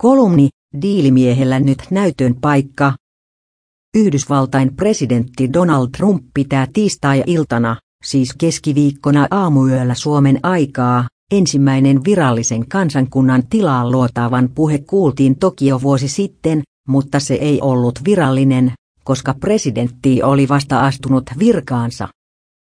Kolumni, diilimiehellä nyt näytön paikka. Yhdysvaltain presidentti Donald Trump pitää tiistai-iltana, siis keskiviikkona aamuyöllä Suomen aikaa, ensimmäinen virallisen kansakunnan tilaa luotaavan puhe kuultiin toki jo vuosi sitten, mutta se ei ollut virallinen, koska presidentti oli vasta astunut virkaansa.